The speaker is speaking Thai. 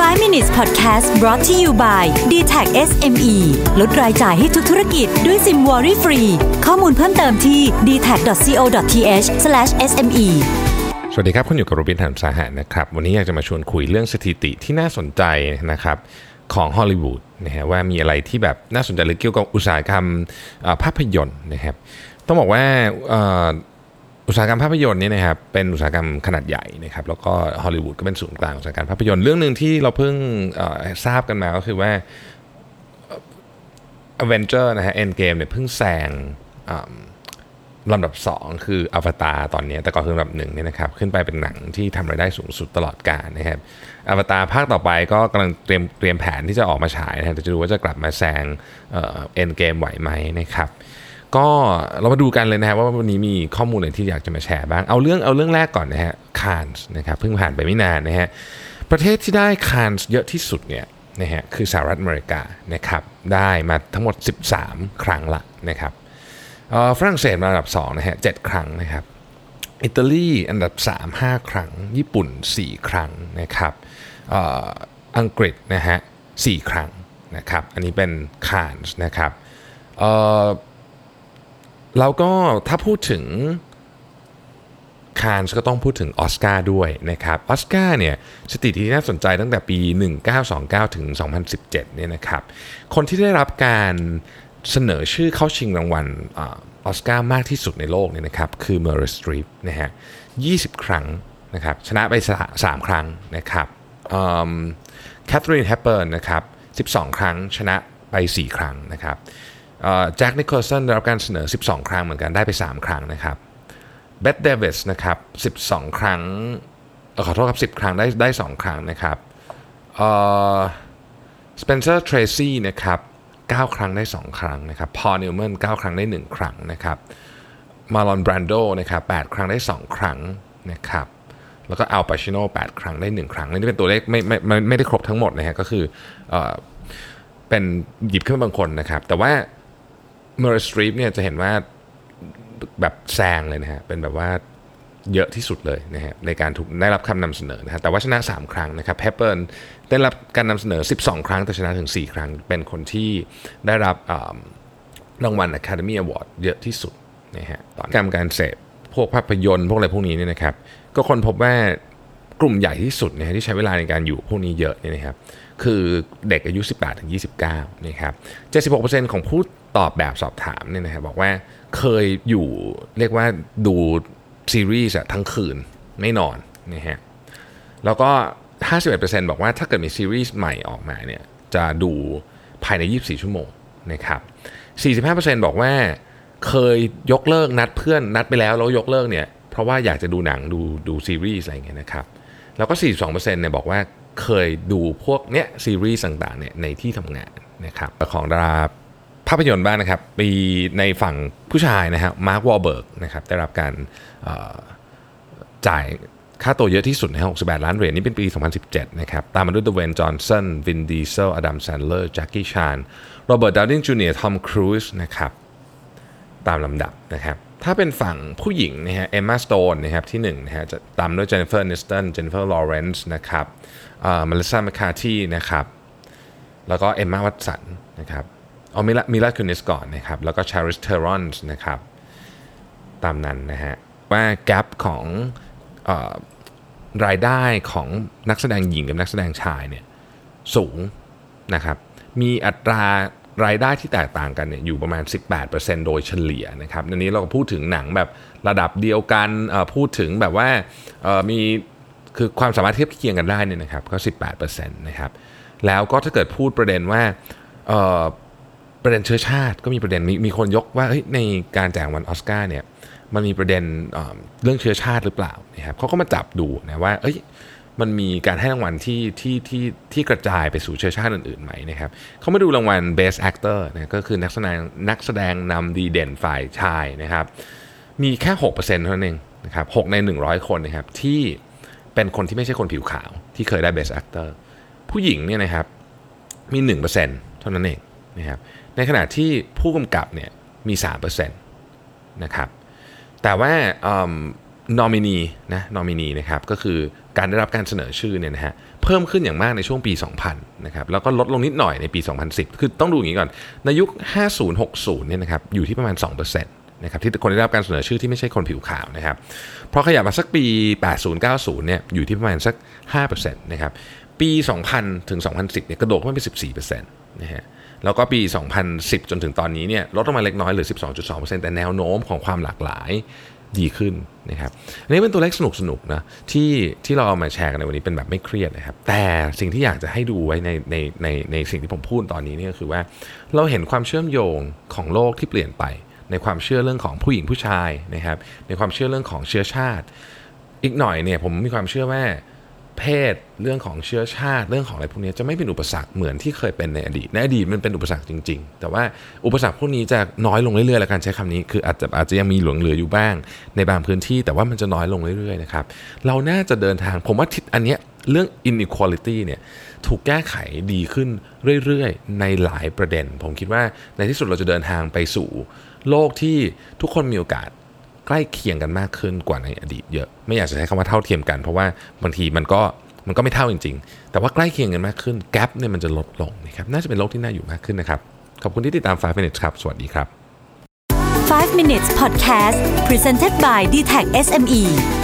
5 minutes podcast brought to you by DTAC SME ลดรายจ่ายให้ทุกธุรกิจด้วยซิมวอรี่ฟรีข้อมูลเพิ่มเติมที่ dtac.co.th/sme สวัสดีครับคุณอยู่กับโรบิน หันสาหะนะครับวันนี้อยากจะมาชวนคุยเรื่องสถิติที่น่าสนใจนะครับของฮอลลีวูดนะฮะว่ามีอะไรที่แบบน่าสนใจหรือเกี่ยวกับอุตสาหกรรมภาพยนตร์นะครับต้องบอกว่าอุตสาหกรรมภาพยนตร์นี่นะครับเป็นอุตสาหกรรมขนาดใหญ่นะครับแล้วก็ฮอลลีวูดก็เป็นศูนย์กลางอุตสาหกรรมภาพยนตร์เรื่องนึงที่เราเพิ่งทราบกันมาก็คือว่า Avenger นะฮะ Endgame เนี่ยเพิ่งแซงลำดับ2คือ Avatar ตอนนี้แต่ก่อนคือลำดับ1เนี่ยนะครับขึ้นไปเป็นหนังที่ทำรายได้สูงสุดตลอดกาลนะครับ Avatar ภาคต่อไปก็กำลังเตรียมแผนที่จะออกมาฉายนะแต่จะดูว่าจะกลับมาแซงEndgame ไหวไหมนะครับก็เรามาดูกันเลยนะครับว่าวันนี้มีข้อมูลอะไรที่อยากจะมาแชร์บ้างเอาเรื่องแรกก่อนนะฮะ Cannes นะครับเพิ่งผ่านไปไม่นานนะฮะประเทศที่ได้ Cannes เยอะที่สุดเนี่ยนะฮะคือสหรัฐอเมริกานะครับได้มาทั้งหมด13ครั้งละนะครับฝรั่งเศสมาอันดับ2นะฮะ7ครั้งนะครับอิตาลีอันดับ3 5ครั้งญี่ปุ่น4ครั้งนะครับอังกฤษนะฮะ4ครั้งนะครับอันนี้เป็น Cannes นะครับแล้วก็ถ้าพูดถึง Cannes ก็ต้องพูดถึงออสการ์ด้วยนะครับออสการ์เนี่ยสถิติที่น่าสนใจตั้งแต่ปี1929ถึง2017เนี่ยนะครับคนที่ได้รับการเสนอชื่อเข้าชิงรางวัลออสการ์มากที่สุดในโลกเนี่ยนะครับคือเมอริล สตรีปนะฮะ20ครั้งนะครับชนะไป3ครั้งนะครับแคทเธอรีน แฮปเบิร์นนะครับ12ครั้งชนะไป4ครั้งนะครับแจ็ค นิโคลสันได้รับการเสนอ12ครั้งเหมือนกันได้ไป3ครั้งนะครับเบธ เดวิสนะครับ12ครั้งขอโทษครับ10ครั้งได้2ครั้งนะครับสเปนเซอร์ เทรซี่นะครับ9ครั้งได้2ครั้งนะครับพอล นิวแมน9ครั้งได้1ครั้งนะครับมาลอน แบรนโดนะครับ8ครั้งได้2ครั้งนะครับแล้วก็อัล ปาชิโน8ครั้งได้1ครั้งนี่เป็นตัวเลขไม่ได้ครบทั้งหมดนะฮะก็คือเป็นหยิบขึ้นมาบางคนนะครับแต่ว่าเมอริล สตรีปเนี่ยจะเห็นว่าแบบแซงเลยนะฮะเป็นแบบว่าเยอะที่สุดเลยนะฮะในการถูกได้รับคำนำเสนอนะฮะแต่ว่าชนะ3ครั้งนะครับแฮปเปิร์นได้รับการนำเสนอ12ครั้งแต่ชนะถึง4ครั้งเป็นคนที่ได้รับรางวัล Academy Award เยอะที่สุดนะฮะตอนการเสพพวกภาพยนตร์พวกอะไรพวกนี้เนี่ยนะครับก็คนพบว่ากลุ่มใหญ่ที่สุดนะฮะที่ใช้เวลาในการอยู่พวกนี้เยอะเนี่ยนะครับคือเด็กอายุ 18-29 นะครับ 76% ของผู้ตอบแบบสอบถามเนี่ยนะครับบอกว่าเคยอยู่เรียกว่าดูซีรีส์ทั้งคืนไม่นอนนะฮะแล้วก็ 51% บอกว่าถ้าเกิดมีซีรีส์ใหม่ออกมาเนี่ยจะดูภายใน24ชั่วโมงนะครับ 45% บอกว่าเคยยกเลิกนัดเพื่อนนัดไปแล้วยกเลิกเนี่ยเพราะว่าอยากจะดูหนังดูซีรีส์อะไรอย่างเงี้ยนะครับแล้วก็ 42% เนี่ยบอกว่าเคยดูพวกเนี้ยซีรีส์ต่างๆเนี่ยในที่ทำงานนะครับของดาราภาพยนตร์บ้างนะครับปีในฝั่งผู้ชายนะฮะมาร์ค วอลเบิร์กนะครับได้รับการจ่ายค่าตัวเยอะที่สุดนะ$68 ล้านนี่เป็นปี2017นะครับตามมาด้วย เดวย์น จอห์นสัน วิน ดีเซล อดัม แซนเลอร์ แจ็คกี้ ชาน โรเบิร์ต ดาวนีย์ จูเนียร์ ทอม ครูซนะครับตามลำดับนะครับถ้าเป็นฝั่งผู้หญิงนะฮะเอมม่า สโตนนะครับที่1นะฮะจะตามด้วยเจนนิเฟอร์ นิสตัน เจนนิเฟอร์ ลอเรนซ์นะครับเมลิสซา แมคคาร์ธีนะครับแล้วก็เอมม่า วัตสันนะครับมิลา คูนิสก่อนนะครับแล้วก็ชาริส เทรอนส์นะครับตามนั้นนะฮะว่าแกปของรายได้ของนักแสดงหญิงกับนักแสดงชายเนี่ยสูงนะครับมีอัตรารายได้ที่แตกต่างกันเนี่ยอยู่ประมาณ 18% โดยเฉลี่ยนะครับอันนี้เราก็พูดถึงหนังแบบระดับเดียวกันพูดถึงแบบว่ามีคือความสามารถเทียบเคียงกันได้เนี่ยนะครับก็ 18% นะครับแล้วก็ถ้าเกิดพูดประเด็นว่าประเด็นเชื้อชาติก็มีประเด็นมีคนยกว่าในการแจกรางวัลออสการ์เนี่ยมันมีประเด็นเรื่องเชื้อชาติหรือเปล่านะครับเขาก็มาจับดูนะว่ามันมีการให้รางวัลที่กระจายไปสู่เชื้อชาติอื่นๆไหมนะครับเขามาดูรางวัล Best Actor นะก็คือนักแสดงนำดีเด่นฝ่ายชายนะครับมีแค่ 6% เท่านั้นเองนะครับ6ใน100คนนะครับที่เป็นคนที่ไม่ใช่คนผิวขาวที่เคยได้ Best Actor ผู้หญิงเนี่ยนะครับมี 1% เท่านั้นเองนะครับในขณะที่ผู้กำกับเนี่ยมี 3% นะครับแต่ว่านอมินีนะครับก็คือการได้รับการเสนอชื่อเนี่ยนะฮะเพิ่มขึ้นอย่างมากในช่วงปี 2000 นะครับแล้วก็ลดลงนิดหน่อยในปี 2010 คือต้องดูอย่างนี้ก่อนในยุค 50-60 เนี่ยนะครับอยู่ที่ประมาณ 2%นะครับที่คนได้รับการเสนอชื่อที่ไม่ใช่คนผิวขาวนะครับพอขยับมาสักปี 80-90 เนี่ยอยู่ที่ประมาณสัก 5% นะครับปี 2000 ถึง 2010 เนี่ยกระโดดขึ้นไปเป็น 14% นะฮะแล้วก็ปี 2010 จนถึงตอนนี้เนี่ยลดลงมาเล็กน้อยเหลือ 12.2% แต่แนวโน้มของความหลากหลายดีขึ้นนะครับอันนี้เป็นตัวเลขสนุกๆนะที่เราเอามาแชร์กันในวันนี้เป็นแบบไม่เครียดนะครับแต่สิ่งที่อยากจะให้ดูไว้ในสิ่งที่ผมพูดตอนนี้นี่ก็คือว่าเราเห็นความเชื่อมโยงของโลกที่เปลี่ยนไปในความเชื่อเรื่องของผู้หญิงผู้ชายนะครับในความเชื่อเรื่องของเชื้อชาติอีกหน่อยเนี่ยผมมีความเชื่อว่าเพศเรื่องของเชื้อชาติเรื่องของอะไรพวกนี้จะไม่เป็นอุปสรรคเหมือนที่เคยเป็นในอดีตมันเป็นอุปสรรคจริงๆแต่ว่าอุปสรรคพวกนี้จะน้อยลงเรื่อยๆแล้วกันใช้คำนี้คืออาจจะยังมีเหลืออยู่บ้างในบางพื้นที่แต่ว่ามันจะน้อยลงเรื่อยๆนะครับเราน่าจะเดินทางผมว่าอันเนี้ยเรื่อง inequality เนี่ยถูกแก้ไขดีขึ้นเรื่อยๆในหลายประเด็นผมคิดว่าในที่สุดเราจะเดินทางไปสู่โลกที่ทุกคนมีโอกาสใกล้เคียงกันมากขึ้นกว่าในอดีตเยอะไม่อยากจะใช้คำว่าเท่าเทียมกันเพราะว่าบางทีมันก็ไม่เท่าจริงๆแต่ว่าใกล้เคียงกันมากขึ้นแกปเนี่ยมันจะลดลงนะครับน่าจะเป็นโลกที่น่าอยู่มากขึ้นนะครับขอบคุณที่ติดตาม 5 minutes ครับสวัสดีครับ 5 minutes podcast presented by DTAC SME